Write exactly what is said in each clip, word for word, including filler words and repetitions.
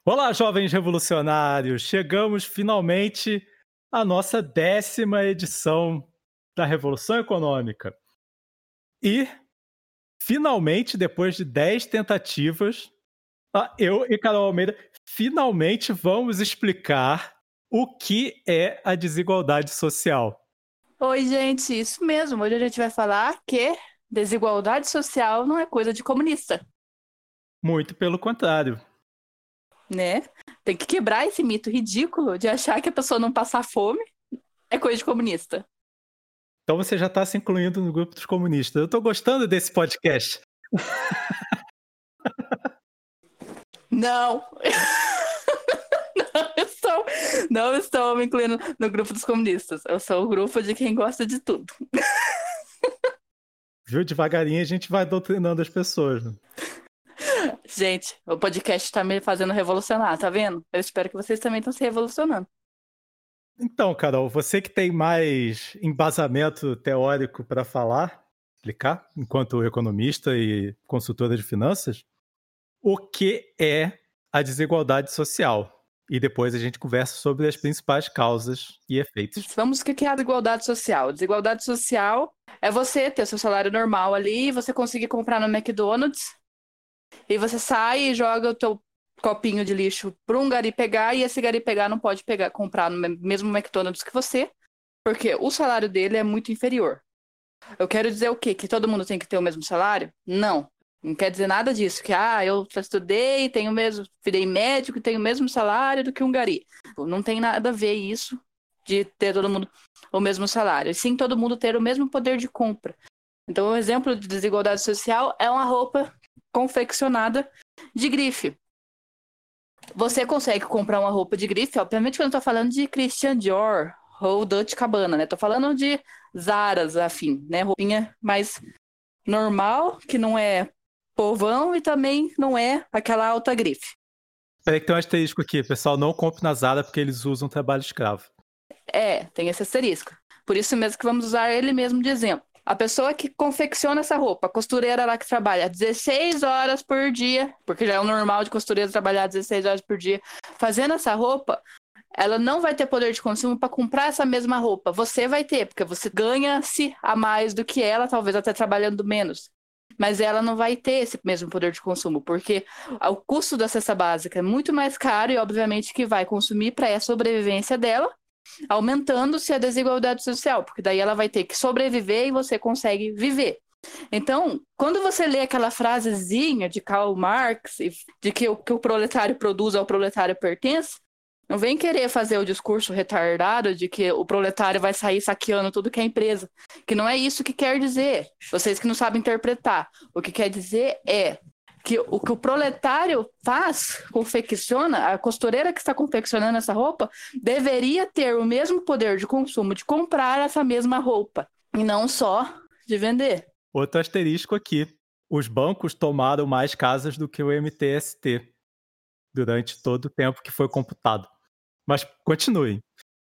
Olá, jovens revolucionários! Chegamos finalmente à nossa décima edição da Revolução Econômica. E, finalmente, depois de dez tentativas, ah, eu e Carol Almeida finalmente vamos explicar o que é a desigualdade social. Oi, gente, isso mesmo. Hoje a gente vai falar que desigualdade social não é coisa de comunista, Muito pelo contrário. né? Tem que quebrar esse mito ridículo de achar que a pessoa não passar fome é coisa de comunista. Então você já está se incluindo no grupo dos comunistas. Eu estou gostando desse podcast. Não! Não estou, não estou me incluindo no grupo dos comunistas. Eu sou o grupo de quem gosta de tudo. Viu? Devagarinho a gente vai doutrinando as pessoas. Né? Gente, o podcast está me fazendo revolucionar, tá vendo? Eu espero que vocês também estão se revolucionando. Então, Carol, você que tem mais embasamento teórico para falar, explicar, enquanto economista e consultora de finanças, o que é a desigualdade social? E depois a gente conversa sobre as principais causas e efeitos. Vamos o que é a desigualdade social. Desigualdade social é você ter o seu salário normal ali, você conseguir comprar no McDonald's, e você sai e joga o teu copinho de lixo para um gari pegar, e esse gari pegar não pode pegar, comprar no mesmo McDonald's que você, porque o salário dele é muito inferior. Eu quero dizer o quê? Que todo mundo tem que ter o mesmo salário? Não. Não quer dizer nada disso, que ah, eu estudei, tenho o mesmo, virei médico, tenho o mesmo salário do que um gari. Não tem nada a ver isso de ter todo mundo o mesmo salário. E sim todo mundo ter o mesmo poder de compra. Então, um exemplo de desigualdade social é uma roupa confeccionada de grife. Você consegue comprar uma roupa de grife, obviamente que eu não estou falando de Christian Dior ou Dolce and Gabbana, né? Estou falando de Zaras, afim, né? Roupinha mais normal, que não é povão e também não é aquela alta grife. Peraí que tem um asterisco aqui, pessoal, não compre na Zara porque eles usam trabalho escravo. É, tem esse asterisco. Por isso mesmo que vamos usar ele mesmo de exemplo. A pessoa que confecciona essa roupa, a costureira lá que trabalha dezesseis horas por dia, porque já é o normal de costureira trabalhar dezesseis horas por dia, fazendo essa roupa, ela não vai ter poder de consumo para comprar essa mesma roupa. Você vai ter, porque você ganha-se a mais do que ela, talvez até trabalhando menos. Mas ela não vai ter esse mesmo poder de consumo, porque o custo da cesta básica é muito mais caro e, obviamente, que vai consumir para a sobrevivência dela, aumentando-se a desigualdade social, porque daí ela vai ter que sobreviver e você consegue viver. Então, quando você lê aquela frasezinha de Karl Marx, de que o que o proletário produz ao proletário pertence, não vem querer fazer o discurso retardado de que o proletário vai sair saqueando tudo que é empresa, que não é isso que quer dizer. Vocês que não sabem interpretar, o que quer dizer é que o que o proletário faz, confecciona, a costureira que está confeccionando essa roupa, deveria ter o mesmo poder de consumo de comprar essa mesma roupa, e não só de vender. Outro asterisco aqui, os bancos tomaram mais casas do que o M T S T durante todo o tempo que foi computado. Mas continuem.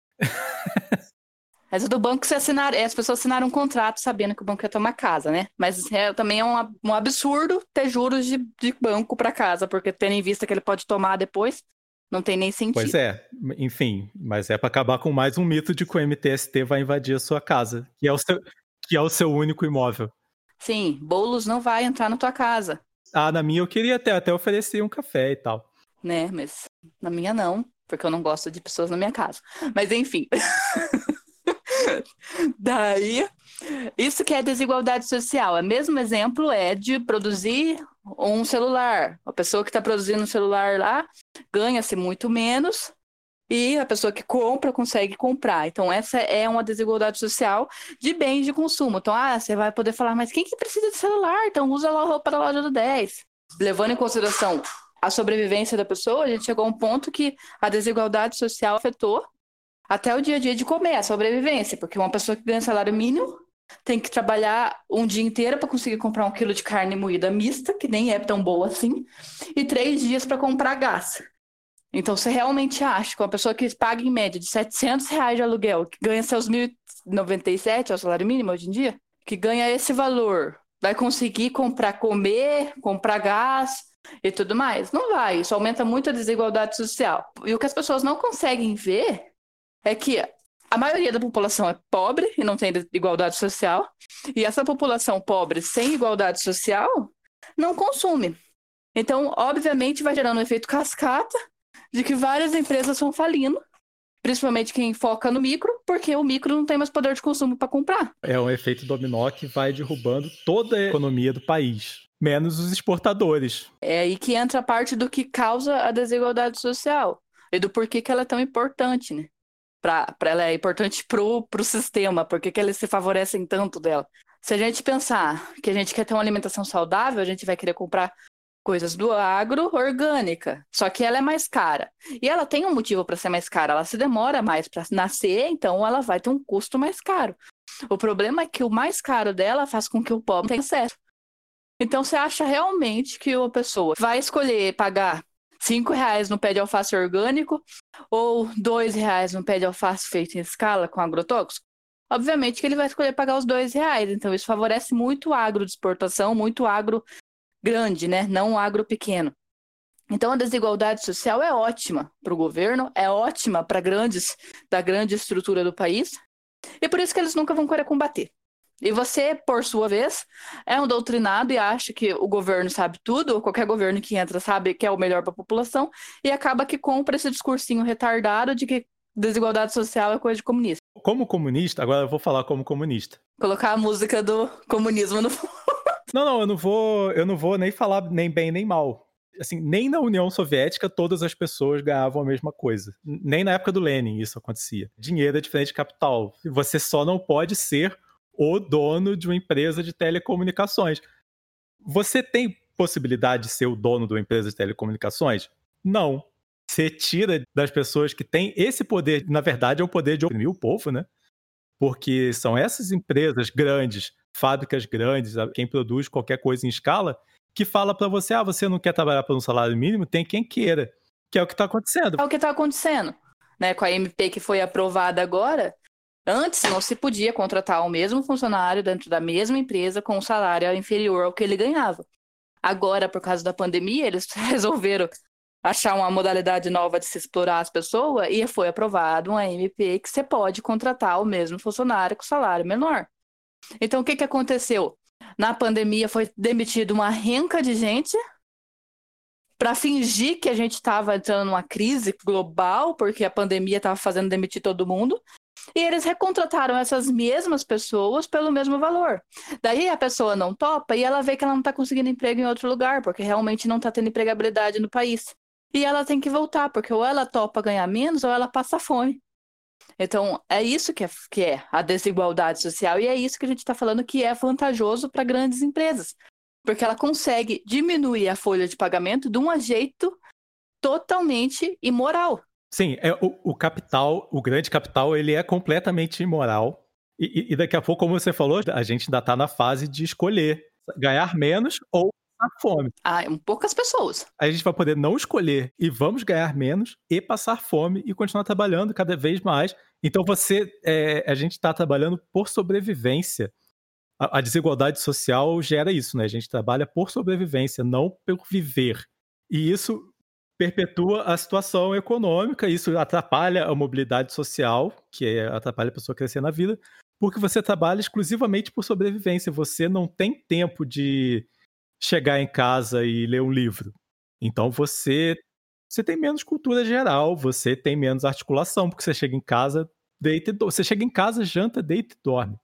Mas o do banco, você assinar, as pessoas assinaram um contrato sabendo que o banco ia tomar casa, né? Mas é, também é um, um absurdo ter juros de, de banco para casa, porque tendo em vista que ele pode tomar depois, não tem nem sentido. Pois é, enfim, mas é para acabar com mais um mito de que o M T S T vai invadir a sua casa, que é o seu, que é o seu único imóvel. Sim, bolos não vai entrar na tua casa. Ah, na minha eu queria até, até oferecer um café e tal. Né, mas na minha não, porque eu não gosto de pessoas na minha casa. Mas enfim. Daí, isso que é desigualdade social. O mesmo exemplo é de produzir um celular. A pessoa que está produzindo um celular lá ganha-se muito menos e a pessoa que compra consegue comprar. Então, essa é uma desigualdade social de bens de consumo. Então, ah, você vai poder falar, mas quem que precisa de celular? Então, usa lá a roupa da loja do dez. Levando em consideração a sobrevivência da pessoa, a gente chegou a um ponto que a desigualdade social afetou até o dia a dia de comer, a sobrevivência, porque uma pessoa que ganha salário mínimo tem que trabalhar um dia inteiro para conseguir comprar um quilo de carne moída mista, que nem é tão boa assim, e três dias para comprar gás. Então, você realmente acha que uma pessoa que paga em média de setecentos reais de aluguel, que ganha seus mil e noventa e sete, é o salário mínimo hoje em dia, que ganha esse valor vai conseguir comprar comer, comprar gás e tudo mais. Não vai, isso aumenta muito a desigualdade social. E o que as pessoas não conseguem ver é que a maioria da população é pobre e não tem igualdade social, e essa população pobre sem igualdade social não consome. Então, obviamente, vai gerando um efeito cascata de que várias empresas vão falindo, principalmente quem foca no micro, porque o micro não tem mais poder de consumo para comprar. É um efeito dominó que vai derrubando toda a economia do país, menos os exportadores. É aí que entra a parte do que causa a desigualdade social e do porquê que ela é tão importante, né? Para ela é importante pro, pro sistema, porque que eles se favorecem tanto dela. Se a gente pensar que a gente quer ter uma alimentação saudável, a gente vai querer comprar coisas do agro orgânica, só que ela é mais cara. E ela tem um motivo para ser mais cara, ela se demora mais para nascer, então ela vai ter um custo mais caro. O problema é que o mais caro dela faz com que o pobre tenha acesso. Então você acha realmente que uma pessoa vai escolher pagar cinco reais no pé de alface orgânico ou dois reais no pé de alface feito em escala com agrotóxico? Obviamente que ele vai escolher pagar os dois reais. Então isso favorece muito o agro de exportação, muito o agro grande, né? Não o agro pequeno. Então a desigualdade social é ótima para o governo, é ótima para grandes da grande estrutura do país, e por isso que eles nunca vão querer combater. E você, por sua vez, é um doutrinado e acha que o governo sabe tudo, ou qualquer governo que entra sabe que é o melhor para a população, e acaba que compra esse discursinho retardado de que desigualdade social é coisa de comunista. Como comunista, agora eu vou falar como comunista. Colocar a música do comunismo no fundo. Não, não, eu não vou, eu não vou nem falar nem bem nem mal. Assim, nem na União Soviética todas as pessoas ganhavam a mesma coisa. Nem na época do Lenin isso acontecia. Dinheiro é diferente de capital. Você só não pode ser o dono de uma empresa de telecomunicações. Você tem possibilidade de ser o dono de uma empresa de telecomunicações? Não. Você tira das pessoas que têm esse poder, na verdade é o poder de oprimir o povo, né? Porque são essas empresas grandes, fábricas grandes, quem produz qualquer coisa em escala, que fala pra você, ah, você não quer trabalhar por um salário mínimo? Tem quem queira. Que é o que tá acontecendo. É o que tá acontecendo, né? Com a M P que foi aprovada agora, antes não se podia contratar o mesmo funcionário dentro da mesma empresa com um salário inferior ao que ele ganhava. Agora, por causa da pandemia, eles resolveram achar uma modalidade nova de se explorar as pessoas e foi aprovado uma M P que você pode contratar o mesmo funcionário com salário menor. Então, o que, que aconteceu? Na pandemia foi demitido uma renca de gente para fingir que a gente estava entrando numa crise global, porque a pandemia estava fazendo demitir todo mundo, e eles recontrataram essas mesmas pessoas pelo mesmo valor. Daí a pessoa não topa e ela vê que ela não está conseguindo emprego em outro lugar, porque realmente não está tendo empregabilidade no país. E ela tem que voltar, porque ou ela topa ganhar menos ou ela passa fome. Então, é isso que é, que é a desigualdade social e é isso que a gente está falando que é vantajoso para grandes empresas, porque ela consegue diminuir a folha de pagamento de um jeito totalmente imoral. Sim, é, o, o capital, o grande capital, ele é completamente imoral e, e daqui a pouco, como você falou, a gente ainda está na fase de escolher ganhar menos ou passar fome. Ah, poucas pessoas. A gente vai poder não escolher e vamos ganhar menos e passar fome e continuar trabalhando cada vez mais. Então você, é, a gente está trabalhando por sobrevivência. A, a desigualdade social gera isso, né? A gente trabalha por sobrevivência, não por viver. E isso perpetua a situação econômica, isso atrapalha a mobilidade social, que é, atrapalha a pessoa a crescer na vida, porque você trabalha exclusivamente por sobrevivência. Você não tem tempo de chegar em casa e ler um livro. Então você, você tem menos cultura geral, você tem menos articulação, porque você chega em casa, deita e dorme. Você chega em casa, janta, deita e dorme.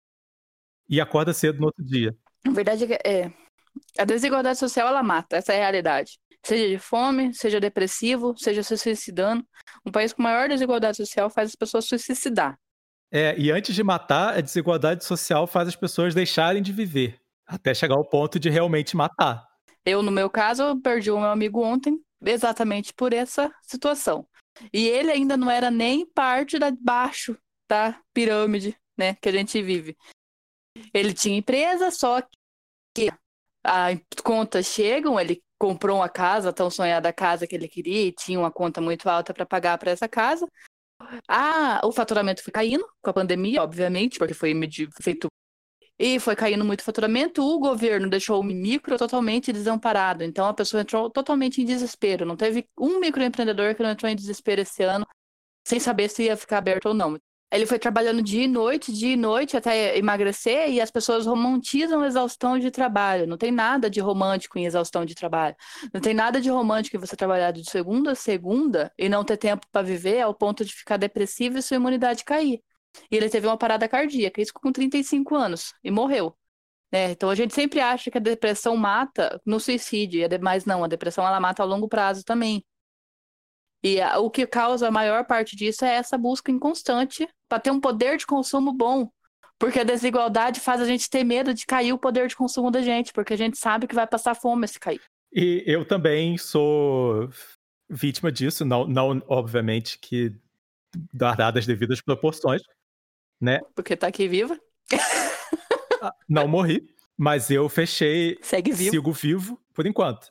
E acorda cedo no outro dia. Na verdade, é, a desigualdade social, ela mata, essa é a realidade. Seja de fome, seja depressivo, seja se suicidando. Um país com maior desigualdade social faz as pessoas se suicidar. É, e antes de matar, a desigualdade social faz as pessoas deixarem de viver. Até chegar ao ponto de realmente matar. Eu, no meu caso, perdi o meu amigo ontem exatamente por essa situação. E ele ainda não era nem parte da baixo da pirâmide, né, que a gente vive. Ele tinha empresa, só que as contas chegam, ele comprou uma casa, tão sonhada casa que ele queria, e tinha uma conta muito alta para pagar para essa casa. Ah, o faturamento foi caindo com a pandemia, obviamente, porque foi feito. E foi caindo muito faturamento, o governo deixou o micro totalmente desamparado. Então a pessoa entrou totalmente em desespero. Não teve um microempreendedor que não entrou em desespero esse ano, sem saber se ia ficar aberto ou não. Ele foi trabalhando dia e noite, dia e noite, até emagrecer, e as pessoas romantizam a exaustão de trabalho. Não tem nada de romântico em exaustão de trabalho. Não tem nada de romântico em você trabalhar de segunda a segunda e não ter tempo para viver ao ponto de ficar depressivo e sua imunidade cair. E ele teve uma parada cardíaca, isso com trinta e cinco anos, e morreu. Né? Então a gente sempre acha que a depressão mata no suicídio, mas não, a depressão ela mata a longo prazo também. E a, o que causa a maior parte disso é essa busca inconstante para ter um poder de consumo bom. Porque a desigualdade faz a gente ter medo de cair o poder de consumo da gente, porque a gente sabe que vai passar fome se cair. E eu também sou vítima disso, não, não obviamente que dadas as devidas proporções, né? Porque tá aqui viva. Não morri, mas eu fechei, Segue vivo. sigo vivo por enquanto.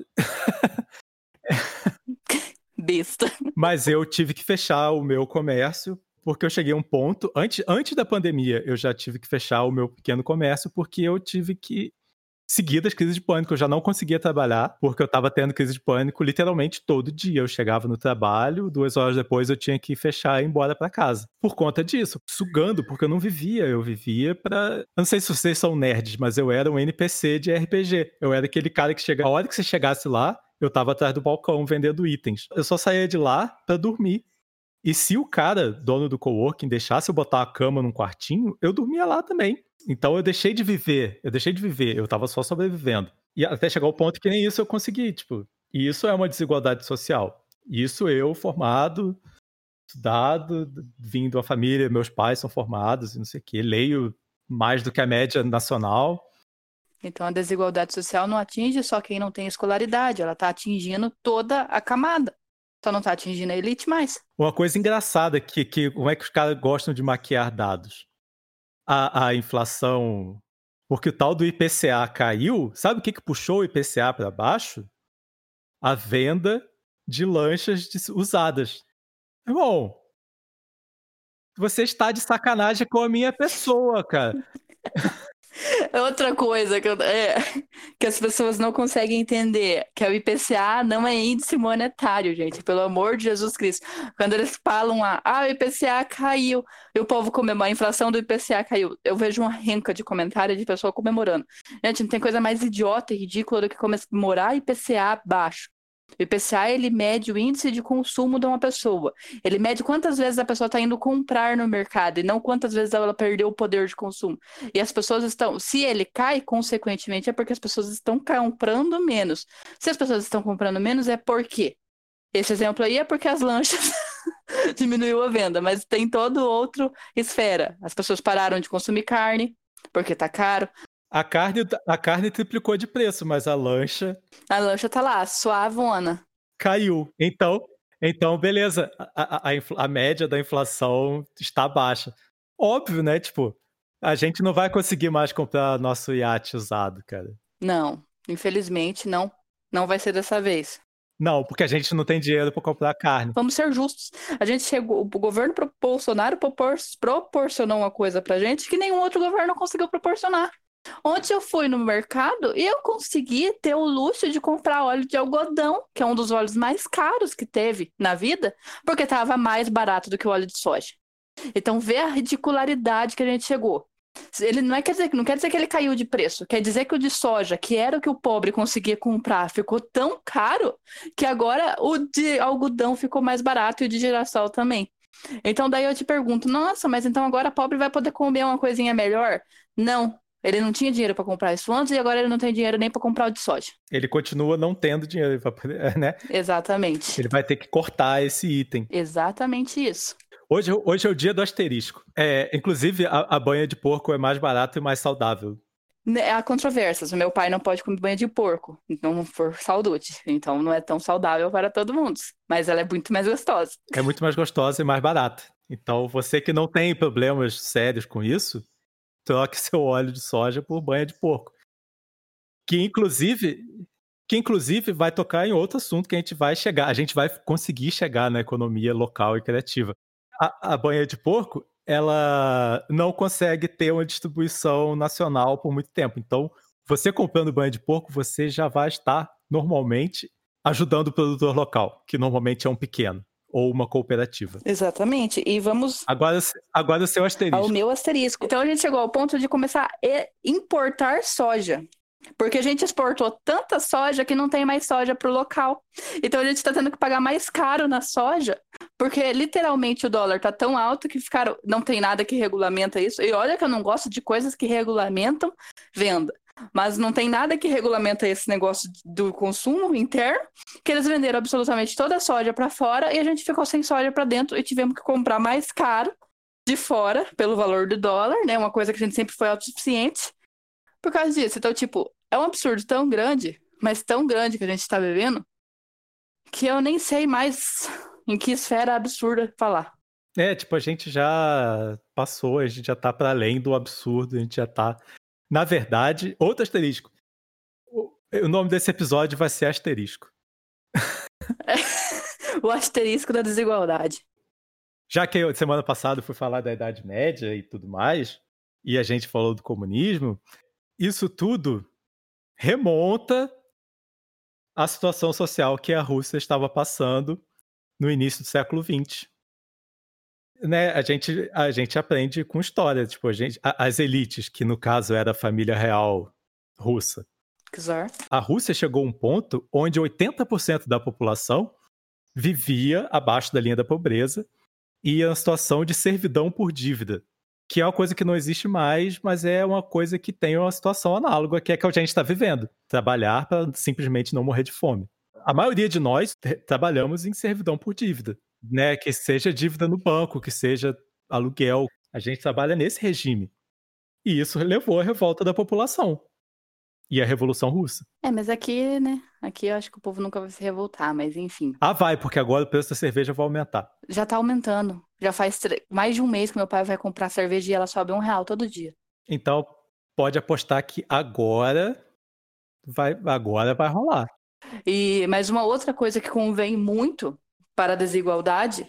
Besta. Mas eu tive que fechar o meu comércio, porque eu cheguei a um ponto, antes, antes da pandemia, eu já tive que fechar o meu pequeno comércio, porque eu tive que seguir das crises de pânico. Eu já não conseguia trabalhar, porque eu tava tendo crise de pânico literalmente todo dia. Eu chegava no trabalho, duas horas depois eu tinha que fechar e ir embora pra casa. Por conta disso, sugando, porque eu não vivia. Eu vivia pra... Eu não sei se vocês são nerds, mas eu era um N P C de R P G. Eu era aquele cara que chegava... A hora que você chegasse lá, eu tava atrás do balcão vendendo itens. Eu só saía de lá pra dormir. E se o cara, dono do coworking, deixasse eu botar a cama num quartinho, eu dormia lá também. Então eu deixei de viver, eu deixei de viver, eu tava só sobrevivendo. E até chegar ao ponto que nem isso eu consegui, tipo, e isso é uma desigualdade social. Isso eu, formado, estudado, vindo da família, meus pais são formados, e não sei o quê, leio mais do que a média nacional. Então a desigualdade social não atinge só quem não tem escolaridade, ela tá atingindo toda a camada. Só não tá atingindo a elite mais. Uma coisa engraçada, que, que como é que os caras gostam de maquiar dados? A, a inflação, porque o tal do I P C A caiu, sabe o que, que puxou o I P C A para baixo? A venda de lanchas usadas. Irmão, você está de sacanagem com a minha pessoa, cara. Outra coisa que, eu, é, que as pessoas não conseguem entender, que é o I P C A não é índice monetário, gente, pelo amor de Jesus Cristo. Quando eles falam lá, ah, o I P C A caiu, e o povo comemora, a inflação do I P C A caiu. Eu vejo uma renca de comentário de pessoa comemorando. Gente, não tem coisa mais idiota e ridícula do que comemorar I P C A baixo. O I P C A, ele mede o índice de consumo de uma pessoa. Ele mede quantas vezes a pessoa está indo comprar no mercado e não quantas vezes ela perdeu o poder de consumo. E as pessoas estão... Se ele cai, consequentemente, é porque as pessoas estão comprando menos. Se as pessoas estão comprando menos, é por quê? Esse exemplo aí é porque as lanchas diminuiu a venda, mas tem todo outro esfera. As pessoas pararam de consumir carne, porque tá caro. A carne, a carne triplicou de preço, mas a lancha... A lancha tá lá, suavona. Caiu. Então, então beleza. A, a, a, a média da inflação está baixa. Óbvio, né? Tipo, a gente não vai conseguir mais comprar nosso iate usado, cara. Não, infelizmente não. Não vai ser dessa vez. Não, porque a gente não tem dinheiro para comprar carne. Vamos ser justos. A gente chegou, o governo Bolsonaro propor, proporcionou uma coisa pra gente que nenhum outro governo conseguiu proporcionar. Ontem eu fui no mercado e eu consegui ter o luxo de comprar óleo de algodão, que é um dos óleos mais caros que teve na vida, porque estava mais barato do que o óleo de soja. Então vê a ridicularidade que a gente chegou. Ele não, é, quer dizer, não quer dizer que ele caiu de preço, quer dizer que o de soja, que era o que o pobre conseguia comprar, ficou tão caro que agora o de algodão ficou mais barato e o de girassol também. Então daí eu te pergunto, nossa, mas então agora o pobre vai poder comer uma coisinha melhor? Não. Ele não tinha dinheiro para comprar isso antes e agora ele não tem dinheiro nem para comprar o de soja. Ele continua não tendo dinheiro para poder, né? Exatamente. Ele vai ter que cortar esse item. Exatamente isso. Hoje, hoje é o dia do asterisco. É, inclusive, a, a banha de porco é mais barata e mais saudável. Há controvérsias. O meu pai não pode comer banha de porco, não por saúde. Então não é tão saudável para todo mundo. Mas ela é muito mais gostosa. É muito mais gostosa e mais barata. Então, você que não tem problemas sérios com isso, troque seu óleo de soja por banha de porco. Que inclusive, que inclusive vai tocar em outro assunto que a gente vai chegar. A gente vai conseguir chegar na economia local e criativa. A, a banha de porco ela não consegue ter uma distribuição nacional por muito tempo. Então, você comprando banha de porco, você já vai estar, normalmente, ajudando o produtor local, que normalmente é um pequeno, ou uma cooperativa. Exatamente. E vamos Agora, agora o seu ao asterisco. meu asterisco. Então a gente chegou ao ponto de começar a importar soja. Porque a gente exportou tanta soja que não tem mais soja para o local. Então a gente está tendo que pagar mais caro na soja, porque literalmente o dólar está tão alto que ficaram, não tem nada que regulamenta isso. E olha que eu não gosto de coisas que regulamentam venda. Mas não tem nada que regulamenta esse negócio do consumo interno, que eles venderam absolutamente toda a soja para fora e a gente ficou sem soja para dentro e tivemos que comprar mais caro de fora, pelo valor do dólar, né? Uma coisa que a gente sempre foi autossuficiente por causa disso. Então, tipo, é um absurdo tão grande, mas tão grande que a gente tá vivendo, que eu nem sei mais em que esfera absurda falar. É, tipo, a gente já passou, a gente já tá para além do absurdo, a gente já tá... Na verdade, outro asterisco. O, o nome desse episódio vai ser asterisco. O asterisco da desigualdade. Já que eu, semana passada, fui falar da Idade Média e tudo mais, e a gente falou do comunismo, isso tudo remonta à situação social que a Rússia estava passando no início do século vinte. Né, a gente, a gente aprende com história, tipo, a gente, a, as elites, que no caso era a família real russa. Czar. A Rússia chegou a um ponto onde oitenta por cento da população vivia abaixo da linha da pobreza e em situação de servidão por dívida, que é uma coisa que não existe mais, mas é uma coisa que tem uma situação análoga, que é que a gente está vivendo. Trabalhar para simplesmente não morrer de fome. A maioria de nós trabalhamos em servidão por dívida, né? Que seja dívida no banco, que seja aluguel. A gente trabalha nesse regime. E isso levou à revolta da população. E a Revolução Russa. É, mas aqui, né? Aqui eu acho que o povo nunca vai se revoltar, mas enfim. Ah, vai, porque agora o preço da cerveja vai aumentar. Já tá aumentando. Já faz tre- mais de um mês que meu pai vai comprar cerveja e ela sobe um real todo dia. Então, pode apostar que agora vai, agora vai rolar. E, mas uma outra coisa que convém muito para a desigualdade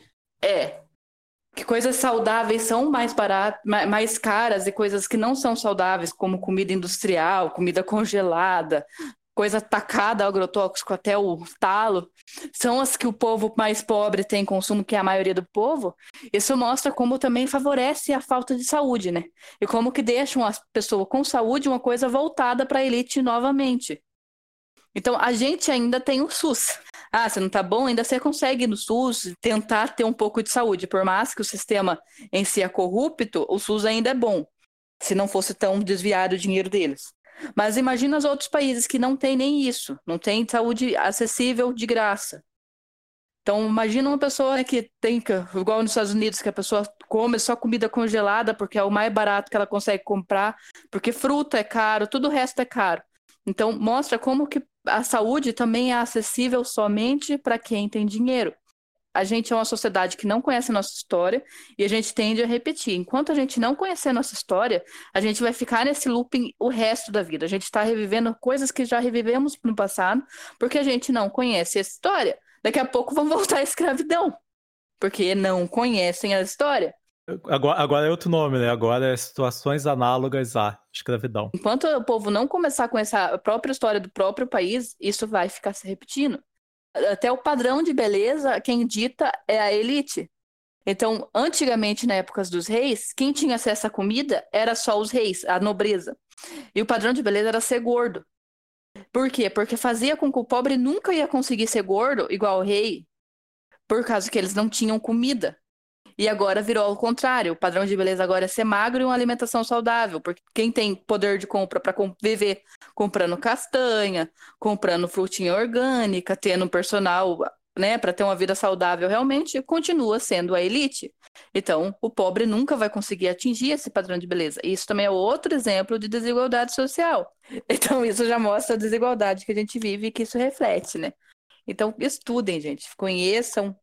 é que coisas saudáveis são mais baratas, mais caras e coisas que não são saudáveis, como comida industrial, comida congelada, coisa tacada, agrotóxico até o talo, são as que o povo mais pobre tem consumo, que é a maioria do povo. Isso mostra como também favorece a falta de saúde, né? E como que deixam a pessoa com saúde uma coisa voltada para a elite novamente. Então, a gente ainda tem o SUS. Ah, você não tá bom? Ainda você consegue ir no SUS tentar ter um pouco de saúde. Por mais que o sistema em si é corrupto, o SUS ainda é bom, se não fosse tão desviado o dinheiro deles. Mas imagina os outros países que não tem nem isso, não tem saúde acessível de graça. Então, imagina uma pessoa que tem, igual nos Estados Unidos, que a pessoa come só comida congelada porque é o mais barato que ela consegue comprar, porque fruta é caro, tudo o resto é caro. Então, mostra como que a saúde também é acessível somente para quem tem dinheiro. A gente é uma sociedade que não conhece a nossa história e a gente tende a repetir. Enquanto a gente não conhecer a nossa história, a gente vai ficar nesse looping o resto da vida. A gente está revivendo coisas que já revivemos no passado porque a gente não conhece a história. Daqui a pouco vão voltar à escravidão, porque não conhecem a história. Agora, agora é outro nome, né? Agora é situações análogas à escravidão. Enquanto o povo não começar a conhecer a própria história do próprio país, isso vai ficar se repetindo. Até o padrão de beleza, quem dita é a elite. Então, antigamente, na época dos reis, quem tinha acesso à comida era só os reis, a nobreza. E o padrão de beleza era ser gordo. Por quê? Porque fazia com que o pobre nunca ia conseguir ser gordo igual o rei, por causa que eles não tinham comida. E agora virou ao contrário. O padrão de beleza agora é ser magro e uma alimentação saudável. Porque quem tem poder de compra para viver comprando castanha, comprando frutinha orgânica, tendo um personal, né, para ter uma vida saudável realmente, continua sendo a elite. Então, o pobre nunca vai conseguir atingir esse padrão de beleza. E isso também é outro exemplo de desigualdade social. Então, isso já mostra a desigualdade que a gente vive e que isso reflete, né? Então, estudem, gente. Conheçam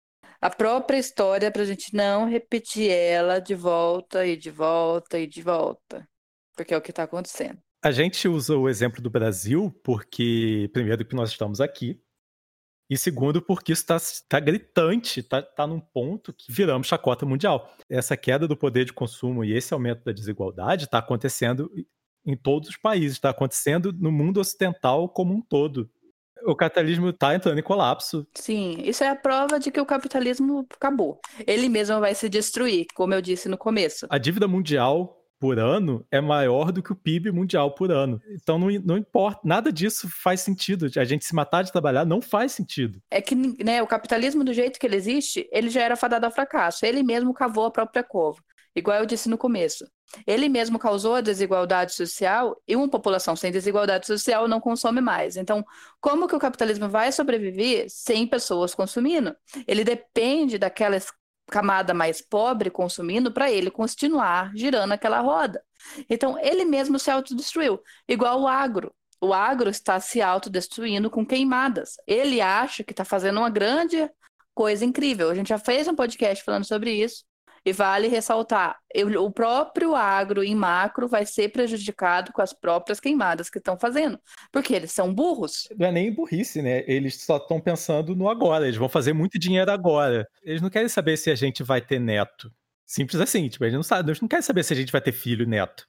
a própria história para a gente não repetir ela de volta e de volta e de volta, porque é o que está acontecendo. A gente usa o exemplo do Brasil porque, primeiro, que nós estamos aqui, E segundo, porque isso está tá gritante, está tá num ponto que viramos chacota mundial. Essa queda do poder de consumo e esse aumento da desigualdade está acontecendo em todos os países, está acontecendo no mundo ocidental como um todo. O capitalismo está entrando em colapso. Sim, isso é a prova de que o capitalismo acabou. Ele mesmo vai se destruir, como eu disse no começo. A dívida mundial por ano é maior do que o P I B mundial por ano. Então não, não importa, nada disso faz sentido. A gente se matar de trabalhar não faz sentido. É que, né, o capitalismo do jeito que ele existe, ele já era fadado ao fracasso. Ele mesmo cavou a própria cova, igual eu disse no começo. Ele mesmo causou a desigualdade social e uma população sem desigualdade social não consome mais. Então, como que o capitalismo vai sobreviver sem pessoas consumindo? Ele depende daquela camada mais pobre consumindo para ele continuar girando aquela roda. Então, ele mesmo se autodestruiu, igual o agro. O agro está se autodestruindo com queimadas. Ele acha que está fazendo uma grande coisa incrível. A gente já fez um podcast falando sobre isso. E vale ressaltar, o próprio agro em macro vai ser prejudicado com as próprias queimadas que estão fazendo, porque eles são burros. Não é nem burrice, né? Eles só estão pensando no agora, eles vão fazer muito dinheiro agora. Eles não querem saber se a gente vai ter neto. Simples assim, tipo, eles não sabem, eles não querem saber se a gente vai ter filho e neto.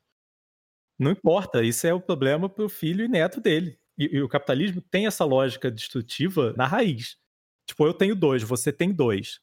Não importa, isso é o problema pro filho e neto dele. E, e o capitalismo tem essa lógica destrutiva na raiz. Tipo, eu tenho dois, você tem dois.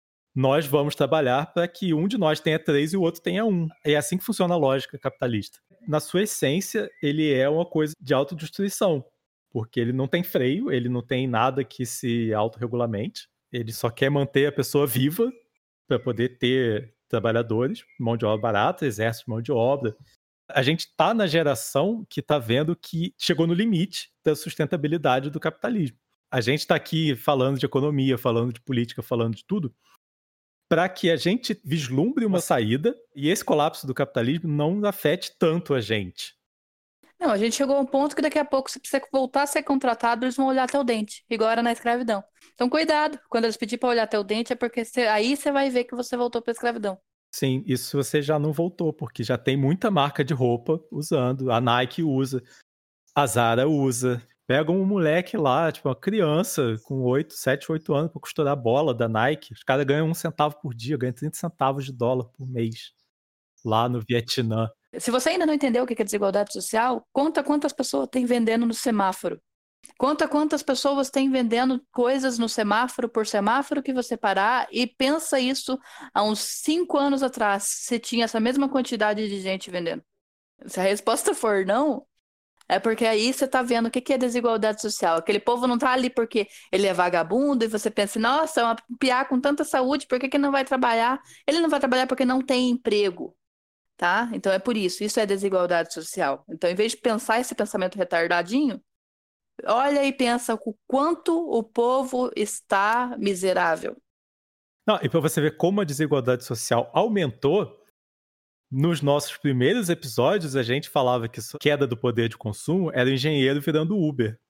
Nós vamos trabalhar para que um de nós tenha três e o outro tenha um. É assim que funciona a lógica capitalista. Na sua essência, ele é uma coisa de autodestruição, porque ele não tem freio, ele não tem nada que se autorregulamente, ele só quer manter a pessoa viva para poder ter trabalhadores, mão de obra barata, exército de mão de obra. A gente está na geração que está vendo que chegou no limite da sustentabilidade do capitalismo. A gente está aqui falando de economia, falando de política, falando de tudo, para que a gente vislumbre uma saída e esse colapso do capitalismo não afete tanto a gente. Não, a gente chegou a um ponto que daqui a pouco, se você voltar a ser contratado, eles vão olhar até o dente, igual era na escravidão. Então, cuidado, quando eles pedirem para olhar até o dente, é porque você, aí você vai ver que você voltou para a escravidão. Sim, isso você já não voltou, porque já tem muita marca de roupa usando, a Nike usa, a Zara usa. Pega um moleque lá, tipo uma criança com oito, sete, oito anos para costurar a bola da Nike. Os caras ganham um centavo por dia, ganham trinta centavos de dólar por mês lá no Vietnã. Se você ainda não entendeu o que é desigualdade social, conta quantas pessoas tem vendendo no semáforo. Conta quantas pessoas tem vendendo coisas no semáforo por semáforo que você parar e pensa isso há uns cinco anos atrás, se tinha essa mesma quantidade de gente vendendo. Se a resposta for não, é porque aí você tá vendo o que é desigualdade social. Aquele povo não tá ali porque ele é vagabundo e você pensa, nossa, é uma piá com tanta saúde, por que que não vai trabalhar? Ele não vai trabalhar porque não tem emprego, tá? Então é por isso, isso é desigualdade social. Então, em vez de pensar esse pensamento retardadinho, olha e pensa o quanto o povo está miserável. Não, e para você ver como a desigualdade social aumentou, nos nossos primeiros episódios a gente falava que a queda do poder de consumo era o engenheiro virando Uber.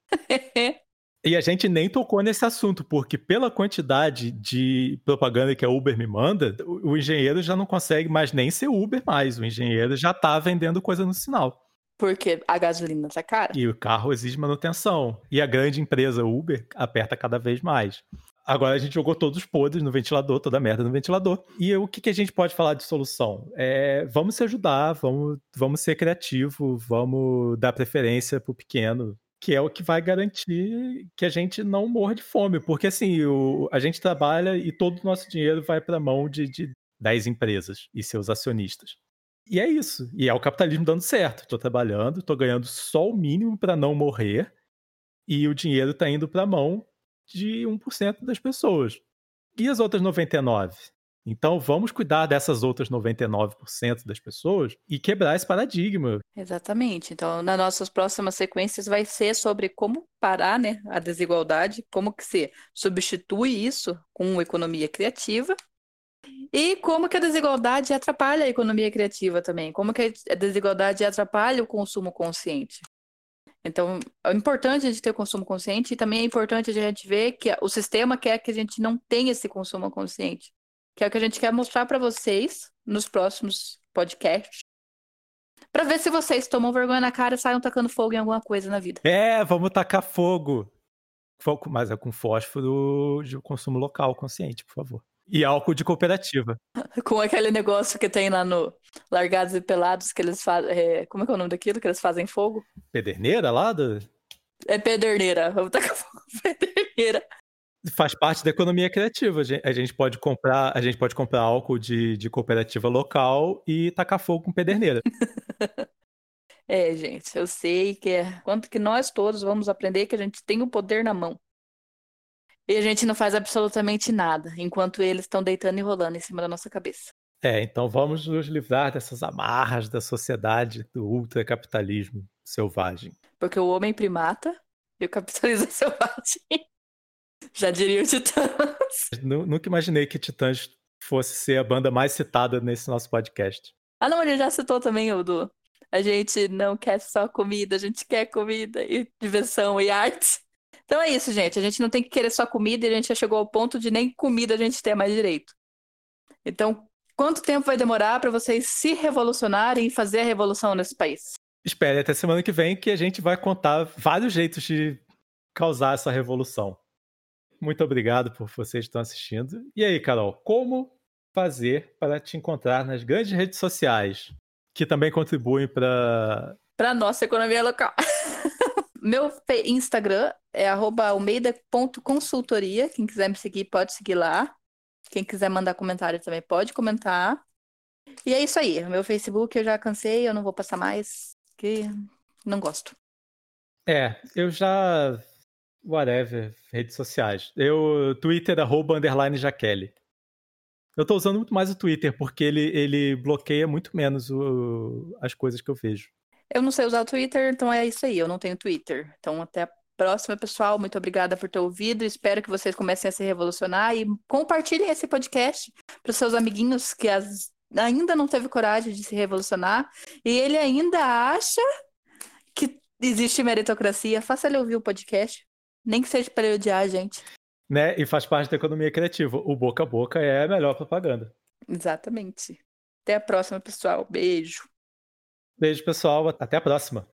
E a gente nem tocou nesse assunto, porque pela quantidade de propaganda que a Uber me manda, o, o engenheiro já não consegue mais nem ser Uber mais. O engenheiro já tá vendendo coisa no sinal. Porque a gasolina tá cara. E o carro exige manutenção. E a grande empresa Uber aperta cada vez mais. Agora a gente jogou todos os podres no ventilador, toda a merda no ventilador. E o que, que a gente pode falar de solução? É, vamos se ajudar, vamos, vamos ser criativos, vamos dar preferência pro pequeno, que é o que vai garantir que a gente não morra de fome. Porque assim, o, a gente trabalha e todo o nosso dinheiro vai para a mão de, de dez empresas e seus acionistas. E é isso. E é o capitalismo dando certo. Estou trabalhando, estou ganhando só o mínimo para não morrer e o dinheiro está indo para a mão de um por cento das pessoas. E as outras noventa e nove por cento? Então vamos cuidar dessas outras noventa e nove por cento das pessoas e quebrar esse paradigma. Exatamente. Então, nas nossas próximas sequências vai ser sobre como parar, né, a desigualdade, como que se substitui isso com uma economia criativa e como que a desigualdade atrapalha a economia criativa também, como que a desigualdade atrapalha o consumo consciente. Então, é importante a gente ter o consumo consciente e também é importante a gente ver que o sistema quer que a gente não tenha esse consumo consciente, que é o que a gente quer mostrar para vocês nos próximos podcasts, para ver se vocês tomam vergonha na cara e saiam tacando fogo em alguma coisa na vida. É, vamos tacar fogo. Mas é com fósforo de consumo local consciente, por favor. E álcool de cooperativa. Com aquele negócio que tem lá no Largados e Pelados, que eles fazem... É, como é que é o nome daquilo? Que eles fazem fogo? Pederneira lá? Do... É pederneira. Vamos tacar fogo com pederneira. Faz parte da economia criativa. A gente pode comprar, a gente pode comprar álcool de, de cooperativa local e tacar fogo com pederneira. É, gente, eu sei que é quanto que nós todos vamos aprender que a gente tem o poder na mão. E a gente não faz absolutamente nada, enquanto eles estão deitando e rolando em cima da nossa cabeça. É, então vamos nos livrar dessas amarras da sociedade, do ultracapitalismo selvagem. Porque o homem primata e o capitalismo é selvagem. Já diria o Titãs. Nunca imaginei que Titãs fosse ser a banda mais citada nesse nosso podcast. Ah, não, ele já citou também o do... A gente não quer só comida, a gente quer comida e diversão e arte. Então é isso, gente. A gente não tem que querer só comida e a gente já chegou ao ponto de nem comida a gente ter mais direito. Então, quanto tempo vai demorar para vocês se revolucionarem e fazer a revolução nesse país? Espere até semana que vem que a gente vai contar vários jeitos de causar essa revolução. Muito obrigado por vocês que estão assistindo. E aí, Carol, como fazer para te encontrar nas grandes redes sociais que também contribuem para para nossa economia local? Meu Instagram é arroba almeida ponto consultoria. Quem quiser me seguir pode seguir lá. Quem quiser mandar comentário também pode comentar. E é isso aí. Meu Facebook eu já cansei, eu não vou passar mais, que não gosto. É, eu já... Whatever, redes sociais. Eu, Twitter, arroba, underline, Jaqueline. Eu tô usando muito mais o Twitter, porque ele, ele bloqueia muito menos o, as coisas que eu vejo. Eu não sei usar o Twitter, então é isso aí. Eu não tenho Twitter. Então até a próxima, pessoal. Muito obrigada por ter ouvido. Espero que vocês comecem a se revolucionar e compartilhem esse podcast para os seus amiguinhos que as, ainda não teve coragem de se revolucionar. E ele ainda acha que existe meritocracia. Faça ele ouvir o podcast. Nem que seja para ele odiar a gente. Né? E faz parte da economia criativa. O boca a boca é a melhor propaganda. Exatamente. Até a próxima, pessoal. Beijo. Beijo, pessoal. Até a próxima.